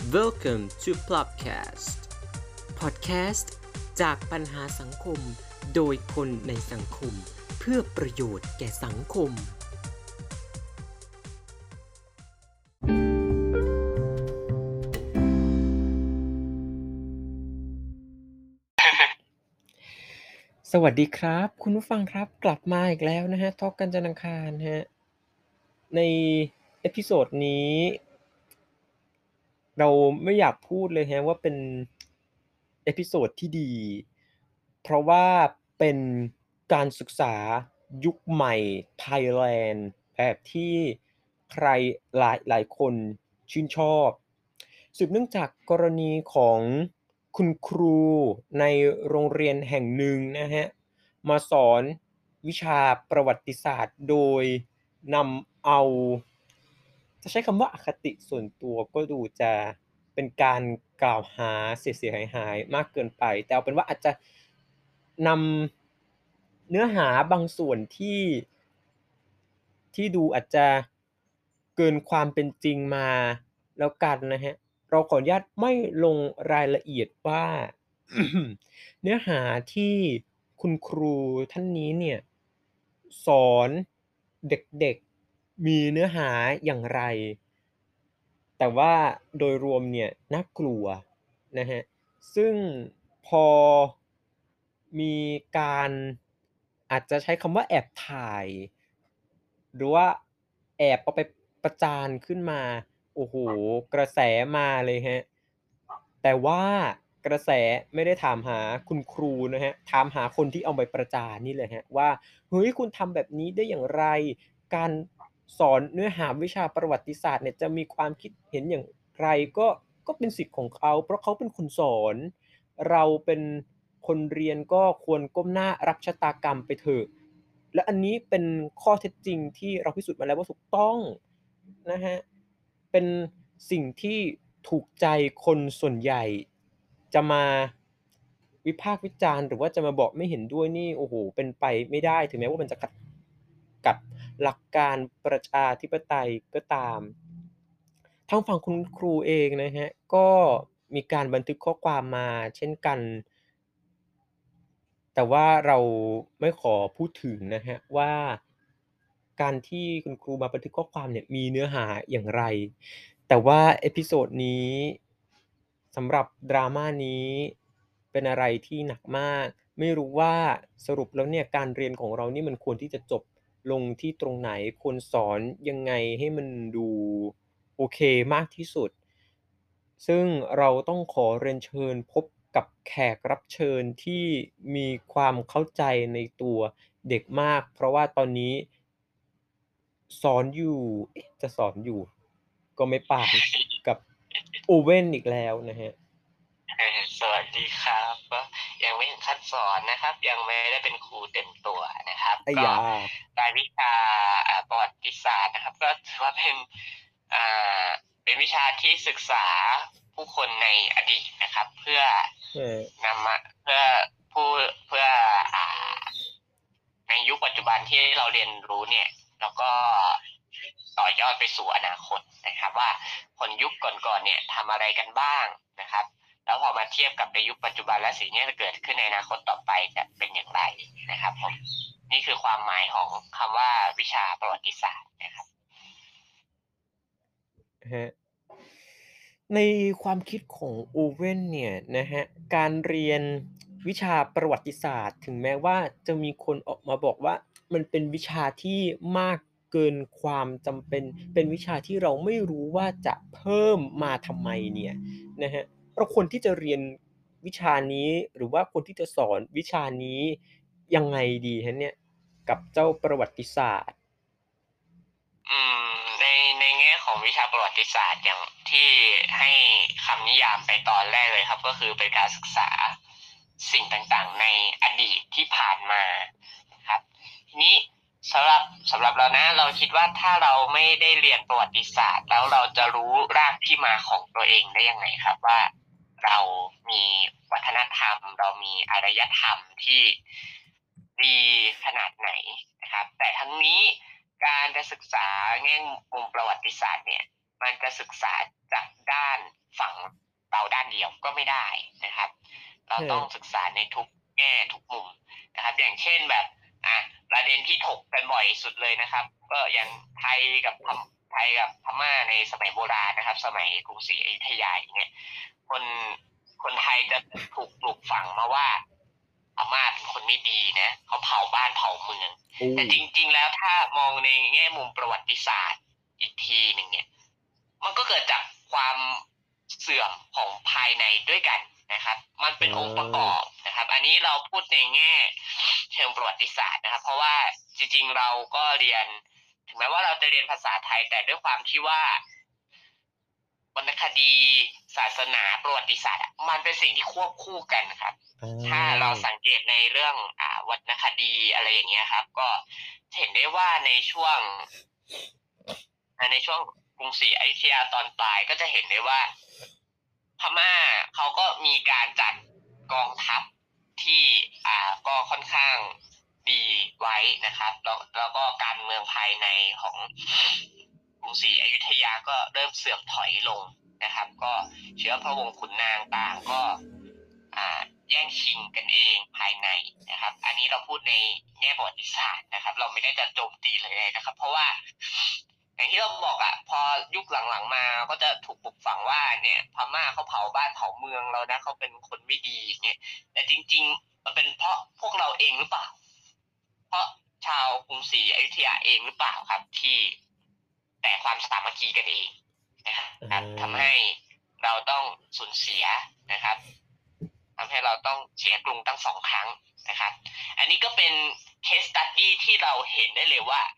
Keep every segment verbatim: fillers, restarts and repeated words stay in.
Welcome to Plopcast Podcast จากปัญหาสังคมโดยคนในสังคมเพื่อประโยชน์แก่สังคมสวัสดีครับคุณผู้ฟังครับกลับมาอีกแล้วนะฮะทอล์กกันจันทร์อังคารฮะในเอพิโซดนี้เราไม่อยากพูดเลยฮะว่าเป็นเอพิโซดที่ดีเพราะว่าเป็นการศึกษายุคใหม่ไทยแลนด์แบบที่ใครหลายหลายคนชื่นชอบสืบเนื่องจากกรณีของคุณครูในโรงเรียนแห่งหนึ่งนะฮะมาสอนวิชาประวัติศาสตร์โดยนำเอาจะใช้คำว่าอคติส่วนตัวก็ดูจะเป็นการกล่าวหาเสียๆหายๆมากเกินไปแต่เอาเป็นว่าอาจจะนำเนื้อหาบางส่วนที่ที่ดูอาจจะเกินความเป็นจริงมาแล้วกันนะครับเราขออนุญาตไม่ลงรายละเอียดว่า เนื้อหาที่คุณครูท่านนี้เนี่ยสอนเด็กๆมีเนื้อหาอย่างไรแต่ว่าโดยรวมเนี่ยน่ากลัวนะครับซึ่งพอมีการอาจจะใช้คำว่าแอบถ่ายหรือว่าแอบเอาไปประจานขึ้นมาโอ้โฮกระแสมาเลยครับแต่ว่ากระแสไม่ได้ถามหาคุณครูนะครับถามหาคนที่เอาไปประจานนี่เลยครับว่าเฮ้ยคุณทำแบบนี้ได้อย่างไรการสอนเนื้อหาวิชาประวัติศาสตร์เนี่ยจะมีความคิดเห็นอย่างไรก็ก็เป็นสิทธิ์ของเขาเพราะเขาเป็นคนสอนเราเป็นคนเรียนก็ควรก้มหน้ารับชะตากรรมไปเถอะและอันนี้เป็นข้อเท็จจริงที่เราพิสูจน์มาแล้วว่าถูกต้องนะครับเป็นสิ่งที่ถูกใจคนส่วนใหญ่จะมาวิพากษ์วิจารณ์หรือว่าจะมาบอกไม่เห็นด้วยนี่โอ้โฮเป็นไปไม่ได้ถึงแม้ว่ามันจะขัดกับหลักการประชาธิปไตยก็ตามทางฝั่งคุณครูเองนะครับก็มีการบันทึกข้อความมาเช่นกันแต่ว่าเราไม่ขอพูดถึงนะครับว่าการที่คุณครูมาบันทึกข้อความเนี่ยมีเนื้อหาอย่างไรแต่ว่าเอพิโซดนี้สำหรับ drama นี้เป็นอะไรที่หนักมากไม่รู้ว่าสรุปแล้วเนี่ยการเรียนของเรานี่มันควรที่จะจบลงที่ตรงไหนควรสอนยังไงให้มันดูโอเคมากที่สุดซึ่งเราต้องขอเรียนเชิญพบกับแขกรับเชิญที่มีความเข้าใจในตัวเด็กมากเพราะว่าตอนนี้สอนอยู่เอ๊ะจะสอนอยู่ก็ไม่ปานกับ Owen อีกแล้วนะครับเออสวัสดีครับก็ยังไม่ถึงขั้นสอนนะครับยังไม่ได้เป็นครูเต็มตัวนะครับก็อัยยารายวิชาอ่าประวัติศาสตร์นะครับก็ถือว่าเป็นอ่าเป็นวิชาที่ศึกษาผู้คนในอดีตนะครับเพื่อเออนำมาเพื่อผู้เพื่ออ่าในยุคปัจจุบันที่เราเรียนรู้เนี่ยแล้วก็ต่อยอดไปสู่อนาคตนะครับว่าคนยุคก่อนๆเนี่ยทำอะไรกันบ้างนะครับ แล้วพอมาเทียบกับในยุคปัจจุบันและสิ่งที่จะเกิดขึ้นในอนาคตต่อไปจะเป็นอย่างไรนะครับผมนี่คือความหมายของคำว่าวิชาประวัติศาสตร์นะครับครับในความคิดของ Owen เนี่ยนะครับการเรียนวิชาประวัติศาสตร์ถึงแม้ว่าจะมีคนออกมาบอกว่ามันเป็นวิชาที่มากเกินความจำเป็นเป็นวิชาที่เราไม่รู้ว่าจะเพิ่มมาทำไมเนี่ยนะครับเราควรที่จะเรียนวิชานี้หรือว่าควรที่จะสอนวิชานี้ยังไงดีครับเนี่ยกับเจ้าประวัติศาสตร์อืมในในแง่ของวิชาประวัติศาสตร์อย่างที่ให้คำนิยามไปตอนแรกเลยครับก็คือเป็นการศึกษาสิ่งต่างๆในอดีตที่ผ่านมานะครับทีนี้สำหรับสำหรับเรานะเราคิดว่าถ้าเราไม่ได้เรียนประวัติศาสตร์แล้วเราจะรู้รากที่มาของตัวเองได้ยังไงครับว่าเรามีวัฒนธรรมเรามีอารยธรรมที่ดีขนาดไหนนะครับแต่ทั้งนี้การจะศึกษาแง่มุมประวัติศาสตร์เนี่ยมันจะศึกษาจากด้านฝั่งดียวก็ไม่ได้นะครับ เราฮะต้องศึกษาในทุกแง่ทุกมุมนะครับ อย่างเช่นแบบอ่ะประเด็นที่ถกกันบ่อยสุดเลยนะครับ ก็อย่างไทยกับพมไทยกับพม่าในสมัยโบราณนะครับ สมัยกรุงศรีอยุธยาอย่างเงี้ยคนคนไทยจะถูกปลูกฝังมาว่าพม่าเป็นคนไม่ดีนะเขาเผาบ้านเผาเมืองโอ้แต่จริง ๆ แล้วถ้ามองในแง่มุมประวัติศาสตร์อีกทีหนึ่งเนี่ยมันก็เกิดจากความเสื่อมของภายในด้วยกันนะครับ มันเป็นองค์ประกอบนะครับ อันนี้เราพูดในแง่เชิงประวัติศาสตร์นะครับ เพราะว่าจริงๆเราก็เรียนถึงแม้ว่าเราจะเรียนภาษาไทยแต่ด้วยความที่ว่าวรรณคดีศาสนาประวัติศาสตร์มันเป็นสิ่งที่ควบคู่กันครับ ถ้าเราสังเกตในเรื่องอ่าวรรณคดีอะไรอย่างเงี้ยครับ ก็เห็นได้ว่าในช่วงในช่วงกรุงศรีอยุธยาตอนปลายก็จะเห็นได้ว่าพม่าเขาก็มีการจัดกองทัพที่อ่าก็ค่อนข้างดีไว้นะครับแล้วแล้วก็การเมืองภายในของกรุงศรีอยุธยาก็เริ่มเสื่อมถอยลงนะครับ ก็เชื้อพระวงศ์ขุนนางต่างก็อ่าแย่งชิงกันเองภายในนะครับ อันนี้เราพูดในแง่ประวัติศาสตร์นะครับ เราไม่ได้จะโจมตีเลยนะครับ เพราะว่าอย่างที่เราบอกอ่ะพอยุคหลังๆมาก็จะถูกปลูกฝังว่าเนี่ยพม่าเขาเผาบ้านเผาเมืองเรานะเขาเป็นคนไม่ดีเนี่ยแต่จริงๆมันเป็นเพราะพวกเราเองหรือเปล่า เพราะชาวกรุงศรีอยุธยาเองหรือเปล่าครับที่แต่ความสามัคคีกันเองนะครับทำให้เราต้องสูญเสียนะครับทำให้เราต้องเสียกรุงตั้งสองครั้งนะครับ อันนี้ก็เป็น case study ที่เราเห็นได้เลยว่า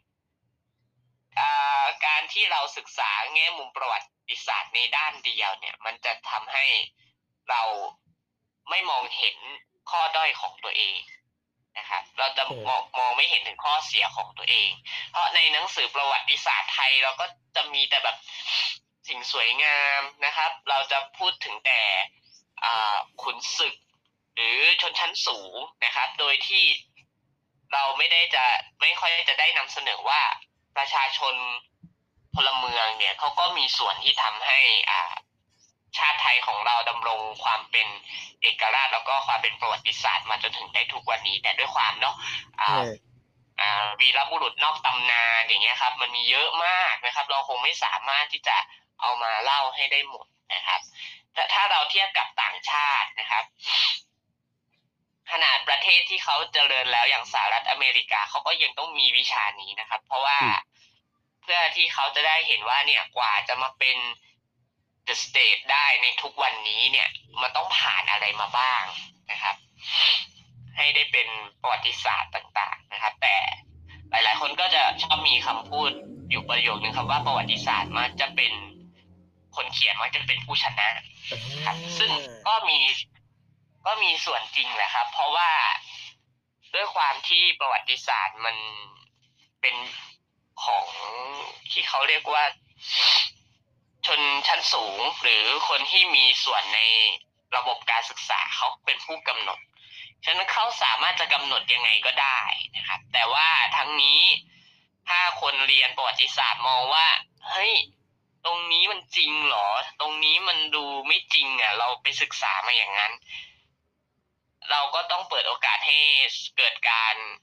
การที่เราศึกษาแง่มุมประวัติศาสตร์ในด้านเดียวเนี่ยมันจะทำให้เราไม่มองเห็นข้อด้อยของตัวเองนะครับเราจะมองมองไม่เห็นถึงข้อเสียของตัวเอง เพราะในหนังสือประวัติศาสตร์ไทยเราก็จะมีแต่แบบสิ่งสวยงามนะครับ เราจะพูดถึงแต่ขุนศึกหรือชนชั้นสูงนะครับ โดยที่เราไม่ได้จะไม่ค่อยจะได้นำเสนอว่าประชาชนพลเมืองเนี่ยเขาก็มีส่วนที่ทำให้อ่าชาติไทยของเราดำรงความเป็นเอกราชแล้วก็ความเป็นประวัติศาสตร์มาจนถึงได้ทุกวันนี้แต่ด้วยความเนาะวีรบุรุษนอกตำนานอย่างเงี้ยครับมันมีเยอะมากนะครับเราคงไม่สามารถที่จะเอามาเล่าให้ได้หมดนะครับแต่ถ้าเราเทียบกับต่างชาตินะครับขนาดประเทศที่เขาเจริญแล้วอย่างสหรัฐอเมริกาเขาก็ยังต้องมีวิชานี้นะครับเพราะว่าเพื่อที่เขาจะได้เห็นว่าเนี่ยกว่าจะมาเป็น the state ได้ในทุกวันนี้เนี่ยมันต้องผ่านอะไรมาบ้างนะครับให้ได้เป็นประวัติศาสตร์ต่างๆนะครับแต่หลายๆคนก็จะชอบมีคำพูดอยู่ประโยคนึงครับว่าประวัติศาสตร์มันจะเป็นคนเขียนมันจะเป็นผู้ชนะครับซึ่งก็มีก็มีส่วนจริงแหละครับเพราะว่าด้วยความที่ประวัติศาสตร์มันเป็นของที่เขาเรียกว่าชนชั้นสูงหรือคนที่มีส่วนในระบบการศึกษาเขาเป็นผู้กำหนดฉะนั้นเขาสามารถจะกำหนดยังไงก็ได้นะครับแต่ว่าทั้งนี้ถ้าคนเรียนประวัติศาสตร์มองว่าเฮ้ยตรงนี้มันจริงเหรอตรงนี้มันดูไม่จริงอ่ะเราไปศึกษามาอย่างนั้นเราก็ต้องเปิดโอกาสให้เกิดการ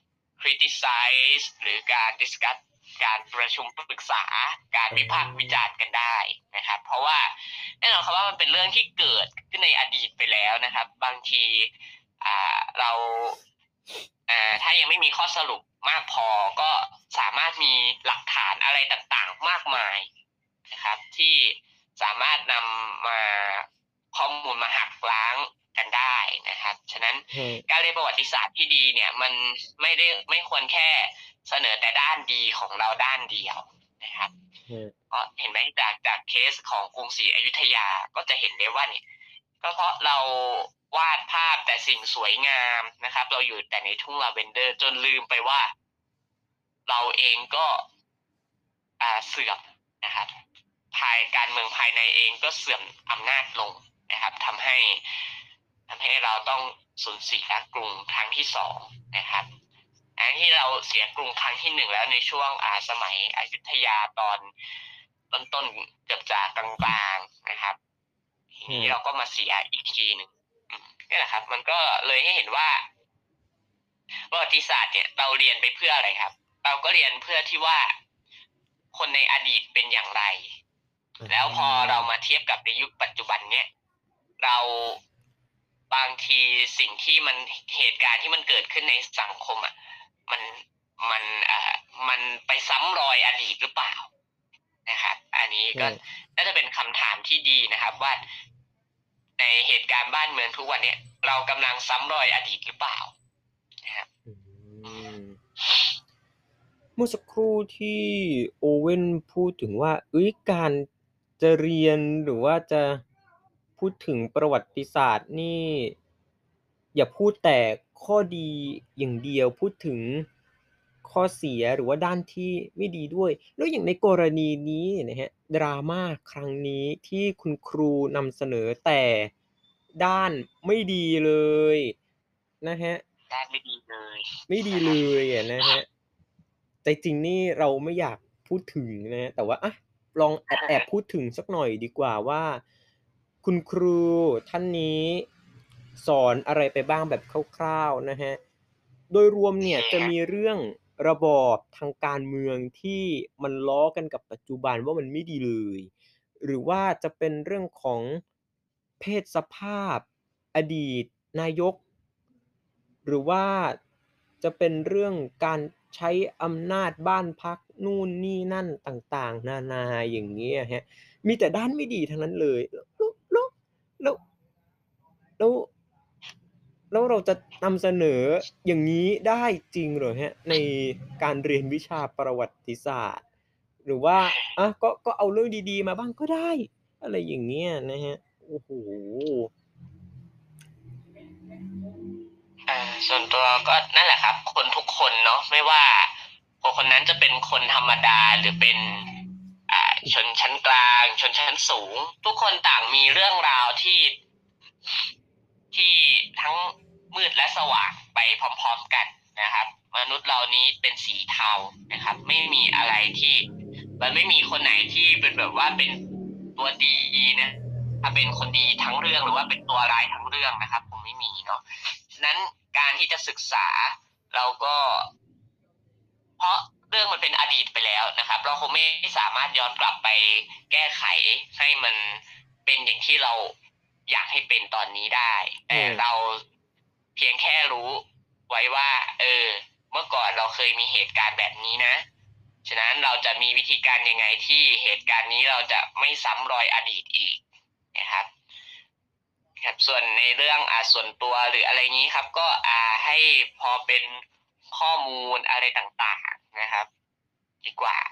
criticize หรือการ discuss การประชุมปรึกษาการวิพากษ์วิจารณ์กันได้นะครับเพราะว่าแน่นอนครับว่ามันเป็นเรื่องที่เกิดขึ้นในอดีตไปแล้วนะครับบางทีอ่าเราอ่าถ้ายังไม่มีข้อสรุปมากพอก็สามารถมีหลักฐานอะไรต่างๆมากมายนะครับที่สามารถนำมาข้อมูลมาหักล้างกันได้นะครับฉะนั้นการเรียนประวัติศาสตร์ที่ดีเนี่ยมันไม่ได้ไม่ควรแค่เสนอแต่ด้านดีของเราด้านเดียวนะครับเพราะเห็นไหมจากจากเคสของกรุงศรีอยุธยาก็จะเห็นได้ว่าเนี่ยก็เพราะเราวาดภาพแต่สิ่งสวยงามนะครับเราอยู่แต่ในทุ่งลาเวนเดอร์จนลืมไปว่าเราเองก็อ่าเสื่อมนะครับภายการเมืองภายในเองก็เสื่อมอำนาจลงนะครับทำให้ทำให้เราต้องสูญเสียกรุงครั้งที่สองนะครับอันที่เราเสียกรุงครั้งที่หนึ่งแล้วในช่วงอ่าสมัยอยุธยาตอนต้นๆเกือบจากกลางๆนะครับทีนี้เราก็มาเสียอีกทีหนึ่งนี่แหละครับมันก็เลยให้เห็นว่าประวัติศาสตร์เนี่ยเราเรียนไปเพื่ออะไรครับเราก็เรียนเพื่อที่ว่าคนในอดีตเป็นอย่างไรแล้วพอเรามาเทียบกับในยุคปัจจุบันเนี่ยเราบางทีสิ่งที่มันเหตุการณ์ที่มันเกิดขึ้นในสังคมอ่ะมันมันอ่ามันไปซ้ำรอยอดีตหรือเปล่านะครับอันนี้ก็น่าจะเป็นคำถามที่ดีนะครับว่าในเหตุการณ์บ้านเมืองทุกวันนี้เรากำลังซ้ำรอยอดีตหรือเปล่านะครับเมื่อสักครู่ที่โอเว่นพูดถึงว่าเอ้ยการจะเรียนหรือว่าจะพูดถึงประวัติศาสตร์นี่อย่าพูดแต่ข้อดีอย่างเดียวพูดถึงข้อเสียหรือว่าด้านที่ไม่ดีด้วยแล้วอย่างในกรณีนี้นะฮะดราม่าครั้งนี้ที่คุณครูนำเสนอแต่ด้านไม่ดีเลยนะฮะด้านไม่ดีเลยไม่ดีเลยอะนะฮะใจจริงนี่เราไม่อยากพูดถึงนะฮะแต่ว่าอะลองแอบๆพูดถึงสักหน่อยดีกว่าว่าคุณครูท่านนี้สอนอะไรไปบ้างแบบคร่าวๆนะฮะโดยรวมเนี่ยจะมีเรื่องระบอบทางการเมืองที่มันล้อกันกับปัจจุบันว่ามันไม่ดีเลยหรือว่าจะเป็นเรื่องของเพศสภาพอดีตนายกหรือว่าจะเป็นเรื่องการใช้อำนาจบ้านพรรคนู่นนี่นั่นต่างๆนานาอย่างงี้อะครับมีแต่ด้านไม่ดีทั้งนั้นเลยแล้วแล้วแล้วแล้วแล้วเราจะนำเสนออย่างงี้ได้จริงเหรอครับในการเรียนวิชาประวัติศาสตร์หรือว่าอะก็ก็เอาเรื่องดีๆมาบ้างก็ได้อะไรอย่างเงี้ยนะครับโอ้โฮอ่าส่วนตัวก็นั่นแหละครับคนทุกคนเนาะไม่ว่าคนคนนั้นจะเป็นคนธรรมดาหรือเป็นอ่าชนชั้นกลางชนชั้นสูงทุกคนต่างมีเรื่องราวที่ที่ทั้งมืดและสว่างไปพร้อมๆกันนะครับมนุษย์เรานี้เป็นสีเทานะครับไม่มีอะไรที่มันไม่มีคนไหนที่เป็นแบบว่าเป็นตัวดีนะถ้าเป็นคนดีทั้งเรื่องหรือว่าเป็นตัวร้ายทั้งเรื่องนะครับผมไม่มีเนาะฉะนั้นการที่จะศึกษาเราก็เพราะเรื่องมันเป็นอดีตไปแล้วนะครับเราคงไม่สามารถย้อนกลับไปแก้ไขให้มันเป็นอย่างที่เราอยากให้เป็นตอนนี้ได้แต่เราเพียงแค่รู้ไว้ว่าเออเมื่อก่อนเราเคยมีเหตุการณ์แบบนี้นะฉะนั้นเราจะมีวิธีการยังไงที่เหตุการณ์นี้เราจะไม่ซ้ำรอยอดีตอีกนะครับครับส่วนในเรื่องอ่าส่วนตัวหรืออะไรนี้ครับก็อ่าให้พอเป็นข้อมูลอะไรต่างๆนะครับดีกว่า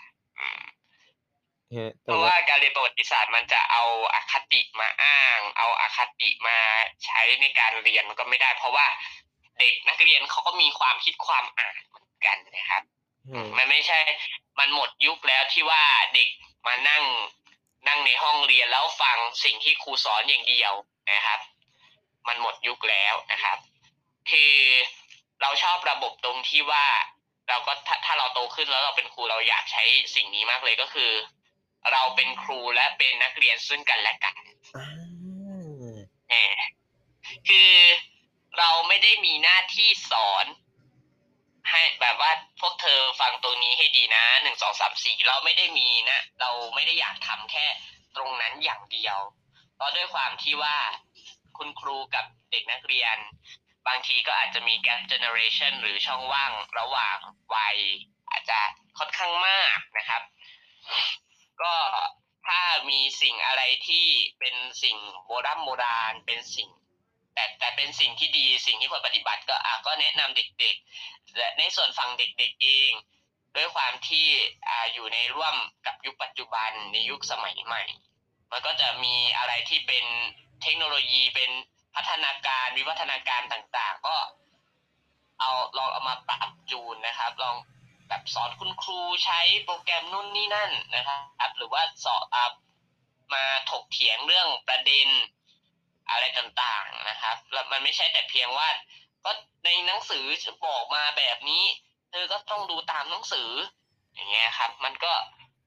เพราะว่าการเรียนประวัติศาสตร์มันจะเอาอคติมาอ้างเอาอคติมาใช้ในการเรียนมันก็ไม่ได้เพราะว่าเด็กนักเรียนเขาก็มีความคิดความอ่านเหมือนกันนะครับมันไม่ใช่มันหมดยุคแล้วที่ว่าเด็กมานั่งนั่งในห้องเรียนแล้วฟังสิ่งที่ครูสอนอย่างเดียวนะครับมันหมดยุคแล้วนะครับคือเราชอบระบบตรงที่ว่าเราก็ถ้าถ้าเราโตขึ้นแล้วเราเป็นครูเราอยากใช้สิ่งนี้มากเลยก็คือเราเป็นครูและเป็นนักเรียนซึ่งกันและกันอ่าคือเราไม่ได้มีหน้าที่สอนให้แบบว่าพวกเธอฟังตรงนี้ให้ดีนะหนึ่งสองสามสี่เราไม่ได้มีนะเราไม่ได้อยากทำแค่ตรงนั้นอย่างเดียวเพราะด้วยความที่ว่าคุณครูกับเด็กนักเรียนบางทีก็อาจจะมี gap generation หรือช่องว่างระหว่างวัยอาจจะค่อนข้างมากนะครับก็ถ้ามีสิ่งอะไรที่เป็นสิ่งโบราณโบราณเป็นสิ่งแต่แต่เป็นสิ่งที่ดีสิ่งที่ควรปฏิบัติก็อ่ะก็แนะนำเด็กๆและในส่วนฝั่งเด็กๆเองด้วยความที่อ่าอยู่ในร่วมกับยุคปัจจุบันในยุคสมัยใหม่มันก็จะมีอะไรที่เป็นเทคโนโลยีเป็นพัฒนาการวิวัฒนาการต่างๆก็เอาลองเอามาปรับจูนนะครับลองแบบสอนคุณครูใช้โปรแกรมนู่นนี่นั่นนะครับหรือว่าสอนอ่ามาถกเถียงเรื่องประเด็นอะไรต่างๆนะครับแล้วมันไม่ใช่แต่เพียงว่าก็ในหนังสือจะบอกมาแบบนี้เธอก็ต้องดูตามหนังสืออย่างเงี้ยครับมันก็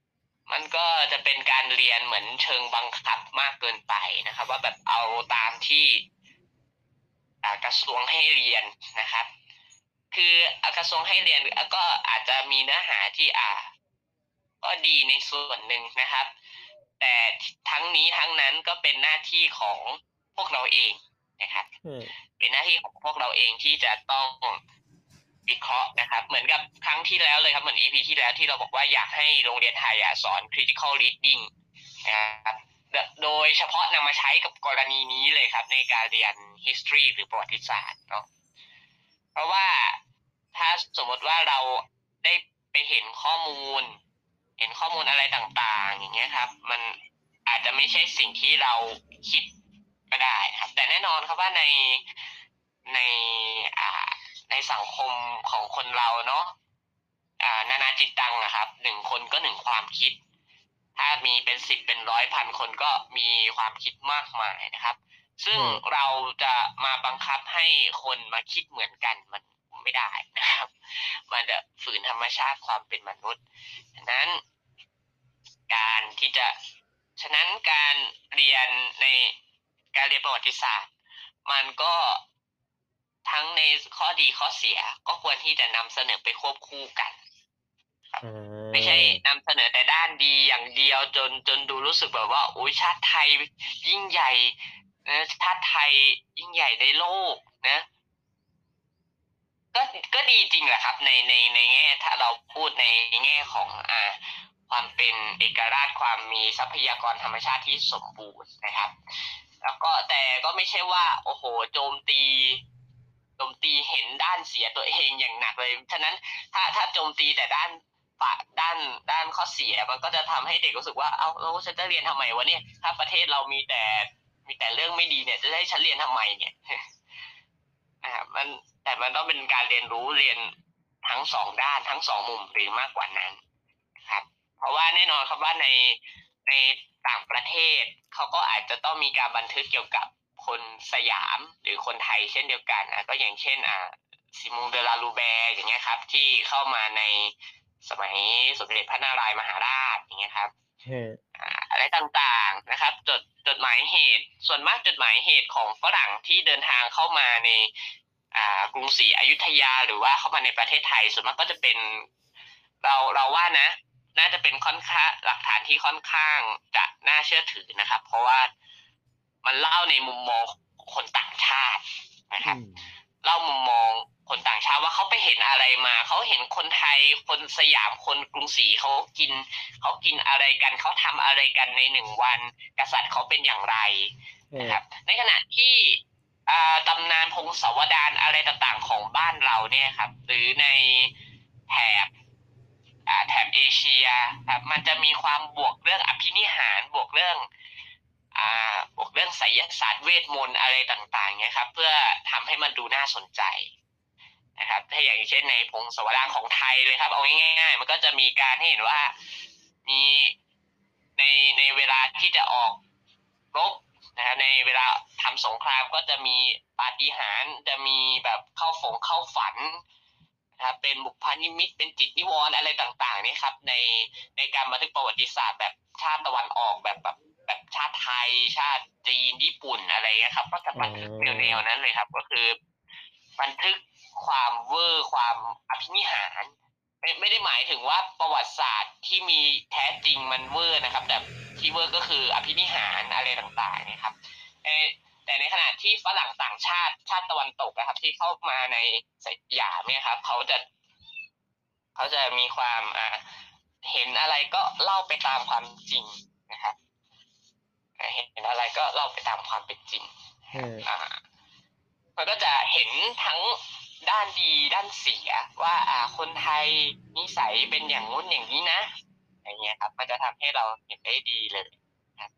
มันก็จะเป็นการเรียนเหมือนเชิงบังคับมากเกินไปนะครับ ว่าแบบเอาตามที่อ่ากระทรวงให้เรียนนะครับ คืออ่ากระทรวงให้เรียนอ่าก็อาจจะมีเนื้อหาที่อ่า ก็ดีในส่วนหนึ่งนะครับ แต่ทั้งนี้ทั้งนั้นก็เป็นหน้าที่ของพวกเราเองนะครับอืมเป็นหน้าที่ของพวกเราเองที่จะต้องวิเคราะห์นะครับ เหมือนกับครั้งที่แล้วเลยครับ เหมือน อี พี ที่แล้วที่เราบอกว่าอยากให้โรงเรียนไทยอะสอน critical reading นะครับ ด โดยเฉพาะนำมาใช้กับกรณีนี้เลยครับในการเรียน history หรือประวัติศาสตร์เนาะ เพราะว่าถ้าสมมติว่าเราได้ไปเห็นข้อมูล เห็นข้อมูลอะไรต่าง ๆ อย่างเงี้ยครับ มันอาจจะไม่ใช่สิ่งที่เราคิดก็ได้ครับ แต่แน่นอนครับว่าใน ใน อ่า ในสังคมของคนเราเนาะ อ่า นานาจิตตังอะครับ หนึ่งคนก็หนึ่งความคิด ถ้ามีเป็น สิบ เป็น ร้อย พัน คนก็มีความคิดมากมายนะครับ ซึ่งอืมเราจะมาบังคับให้คนมาคิดเหมือนกันมันไม่ได้นะครับ มันจะฝืนธรรมชาติความเป็นมนุษย์ ฉะนั้น การที่จะ ฉะนั้นการเรียนในการเรียนประวัติศาสตร์ มันก็ทั้งในข้อดีข้อเสีย ก็ควรที่จะนำเสนอไปควบคู่กัน ครับอาไม่ใช่นำเสนอแต่ด้านดีอย่างเดียวจน จนดูรู้สึกแบบว่า โอ๊ย ชาติไทยยิ่งใหญ่นะ ชาติไทยยิ่งใหญ่ในโลกนะ ก็ ก็ดีจริงแหละครับ ใน ใน ในแง่ ถ้าเราพูดในแง่ของ อ่า ความเป็นเอกราช ความมีทรัพยากรธรรมชาติที่สมบูรณ์นะครับ แล้วก็ แต่ก็ไม่ใช่ว่า โอ้โฮ โจมตี โจมตีเห็นด้านเสียตัวเองอย่างหนักเลย ฉะนั้นถ้า ถ้าโจมตีแต่ด้านปะ ด้าน ด้านข้อเสีย มันก็จะทำให้เด็กรู้สึกว่า อ้าว แล้วฉันจะเรียนทำไมวะเนี่ย ถ้าประเทศเรามีแต่ มีแต่เรื่องไม่ดีเนี่ย จะให้ฉันเรียนทำไมเนี่ย นะครับ มัน แต่มันต้องเป็นการเรียนรู้ เรียนทั้ง สอง ด้าน ทั้ง สอง มุม หรือมากกว่านั้นครับ เพราะว่าแน่นอนครับว่าใน ในต่างประเทศ เขาก็อาจจะต้องมีการบันทึกเกี่ยวกับคนสยามหรือคนไทยเช่นเดียวกัน อ่า ก็อย่างเช่น อ่า Simon de la Roubère อย่างเงี้ยครับ ที่เข้ามาในสมัยสมเด็จพระนารายณ์มหาราช อย่างเงี้ยครับฮะอ่า อะไรต่าง ๆ นะครับ จด จดหมายเหตุ ส่วนมากจดหมายเหตุของฝรั่งที่เดินทางเข้ามาใน อ่า กรุงศรีอยุธยา หรือว่าเข้ามาในประเทศไทย ส่วนมากก็จะเป็น เรา เราว่านะ น่าจะเป็นค่อนข้าง หลักฐานที่ค่อนข้างจะน่าเชื่อถือนะครับ เพราะว่ามันเล่าในมุมมองคนต่างชาตินะคอืรับมเล่ามุมมองคนต่างชาติว่า เขาไปเห็นอะไรมา เขาเห็นคนไทย คนสยาม คนกรุงศรีเขากิน เขากินอะไรกัน เขาทำอะไรกันใน หนึ่ง วัน กษัตริย์เขาเป็นอย่างไรฮนะครัะบ ในขณะที่ อ่า ตำนานพงศาวดารอะไรต่าง ๆ ของบ้านเราเนี่ยครับ หรือในแถบ อ่า แถบเอเชียครับ มันจะมีความบวกเรื่องอภินิหาร บวกเรื่อง อ่า บวกเรื่องไสยศาสตร์ เวทมนต์อะไรต่าง ๆ เงี้ยครับ เพื่อทำให้มันดูน่าสนใจนะครับ ถ้าอย่างเช่น ในพงศาวดารของไทยเลยครับ เอาง่าย ๆ มันก็จะมีการให้เห็นว่า มี ใน ในเวลาที่จะออกรบนะครับ ในเวลาทำสงครามก็จะมีปาฏิหาริย์ จะมีแบบเข้าฝงเข้าฝันนะครับ เป็นบุพนิมิต เป็นจิตนิวรณ์อะไรต่าง ๆ เนี่ยครับ ใน ในการบันทึกประวัติศาสตร์แบบชาติตะวันออก แบบ แบบ แบบชาติไทย ชาติจีน ญี่ปุ่น อะไรเงี้ยครับ ก็จะอ๋บันทึกแนวอๆ นั้นเลยครับ ก็คือบันทึกความเวอร์ ความอภินิหาร ไม่ ไม่ได้หมายถึงว่าประวัติศาสตร์ที่มีแท้จริงมันเวอร์นะครับ แต่ที่เวอร์ก็คืออภินิหารอะไรต่าง ๆ เนี่ยครับ เอ แต่ในขณะที่ฝรั่งต่างชาติ ชาติตะวันตกอะครับ ที่เข้ามาในสยามเนี่ยครับ เขาจะ เขาจะมีความ อ่า เห็นอะไรก็เล่าไปตามความจริงนะครับ อ่า เห็นอะไรก็เล่าไปตามความเป็นจริงฮะอ่า มันก็จะเห็นทั้งด้านดีด้านเสียว่า อ่า คนไทยนิสัยเป็นอย่างงู้นอย่างงี้นะ อย่างเงี้ยครับ มันจะทำให้เราเห็นได้ดีเลยครับ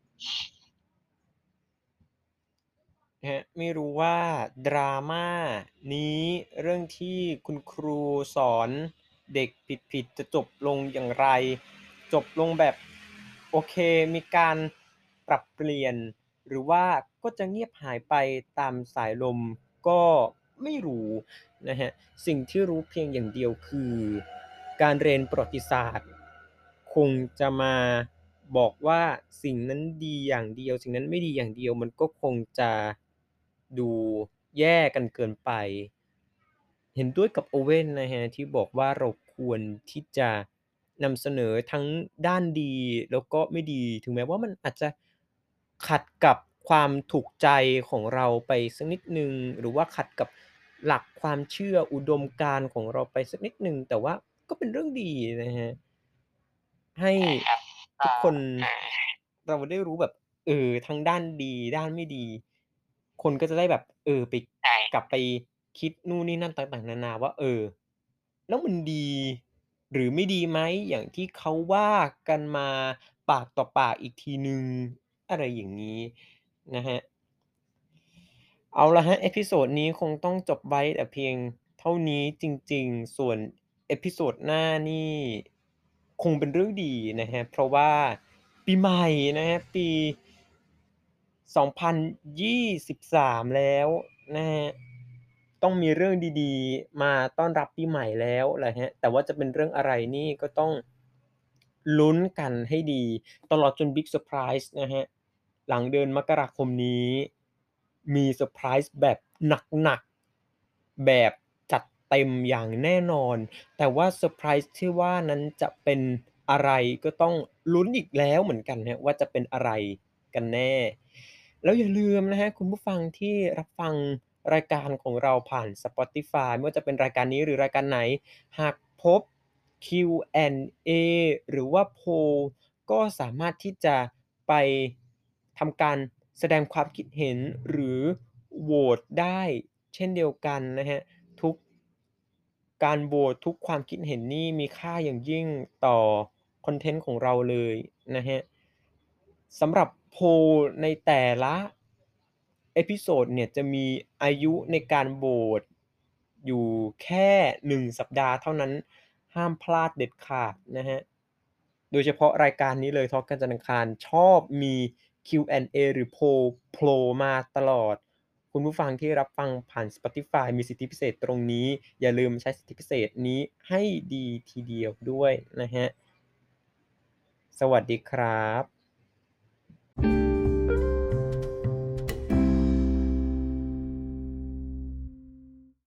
ครับ ไม่รู้ว่า drama นี้ เรื่องที่คุณครูสอนเด็กผิด ๆ จะจบลงอย่างไร จบลงแบบโอเค มีการปรับเปลี่ยน หรือว่าก็จะเงียบหายไปตามสายลม ก็ไม่รู้นะครับ สิ่งที่รู้เพียงอย่างเดียวคือ การเรียนประวัติศาสตร์คงจะมาบอกว่าสิ่งนั้นดีอย่างเดียว สิ่งนั้นไม่ดีอย่างเดียว มันก็คงจะดูแย่กันเกินไป เห็นด้วยกับ Owen นะครับที่บอกว่า เราควรที่จะนำเสนอทั้งด้านดีแล้วก็ไม่ดี ถึงแม้ว่ามันอาจจะขัดกับความถูกใจของเราไปสักนิดหนึ่ง หรือว่าขัดกับหลักความเชื่ออุดมการณ์ของเราไปสักนิดหนึ่ง แต่ว่าก็เป็นเรื่องดีนะครับ ให้ใช่ครับ กทุ็กคนเออเราได้รู้แบบ เออ ทั้งด้านดี ด้านไม่ดี คนก็จะได้แบบ เออ ไปใช่กลับไปคิดนู่นนี่นั่นต่าง ๆ นานาว่า เออ แล้วมันดีหรือไม่ดีไหม อย่างที่เขาว่ากันมาปากต่อปากอีกทีหนึ่ง อะไรอย่างงี้นะครับ เอาล่ะครับ เอพิโซดนี้คงต้องจบไว้แต่เพียงเท่านี้จริง ๆ ส่วนเอพิโซดหน้านี่คงเป็นเรื่องดีนะครับ เพราะว่าปีใหม่นะครับ ปี สองพันยี่สิบสาม แล้วนะครับ ต้องมีเรื่องดี ๆ มาต้อนรับปีใหม่แล้วแหละครับ แต่ว่าจะเป็นเรื่องอะไรนี่ก็ต้องลุ้นกันให้ดี ตลอดจนบิ๊กเซอร์ไพรส์นะครับ หลังเดือนมกราคมนี้มีเซอร์ไพรส์แบบหนัก ๆ แบบจัดเต็มอย่างแน่นอน แต่ว่าเซอร์ไพรส์ที่ว่านั้นจะเป็นอะไร ก็ต้องลุ้นอีกแล้วเหมือนกันครับว่า จะเป็นอะไรกันแน่ แล้วอย่าลืมนะครับคุณผู้ฟังที่รับฟังรายการของเราผ่าน Spotify ไม่ว่าจะเป็นรายการนี้หรือรายการไหน หากพบ คิว แอนด์ เอ หรือว่าโพล ก็สามารถที่จะไปทำการแสดงความคิดเห็น หรือโหวตได้เช่นเดียวกันนะครับ ทุก การโหวต ทุกความคิดเห็นนี่มีค่าอย่างยิ่งต่อคอนเทนต์ของเราเลยนะครับ สำหรับโพลในแต่ละเอพิโซดเนี่ย จะมีอายุในการโหวตอยู่แค่ หนึ่ง สัปดาห์เท่านั้น ห้ามพลาดเด็ดขาดนะครับ โดยเฉพาะรายการนี้เลย ทอล์กกันจันทร์อังคาร ชอบมี คิว แอนด์ เอ หรือโพลโผล่มาตลอด คุณผู้ฟังที่รับฟังผ่าน Spotify มีสิทธิพิเศษตรงนี้ อย่าลืมใช้สิทธิพิเศษนี้ให้ดีทีเดียวด้วยนะครับ สวัสดีครับ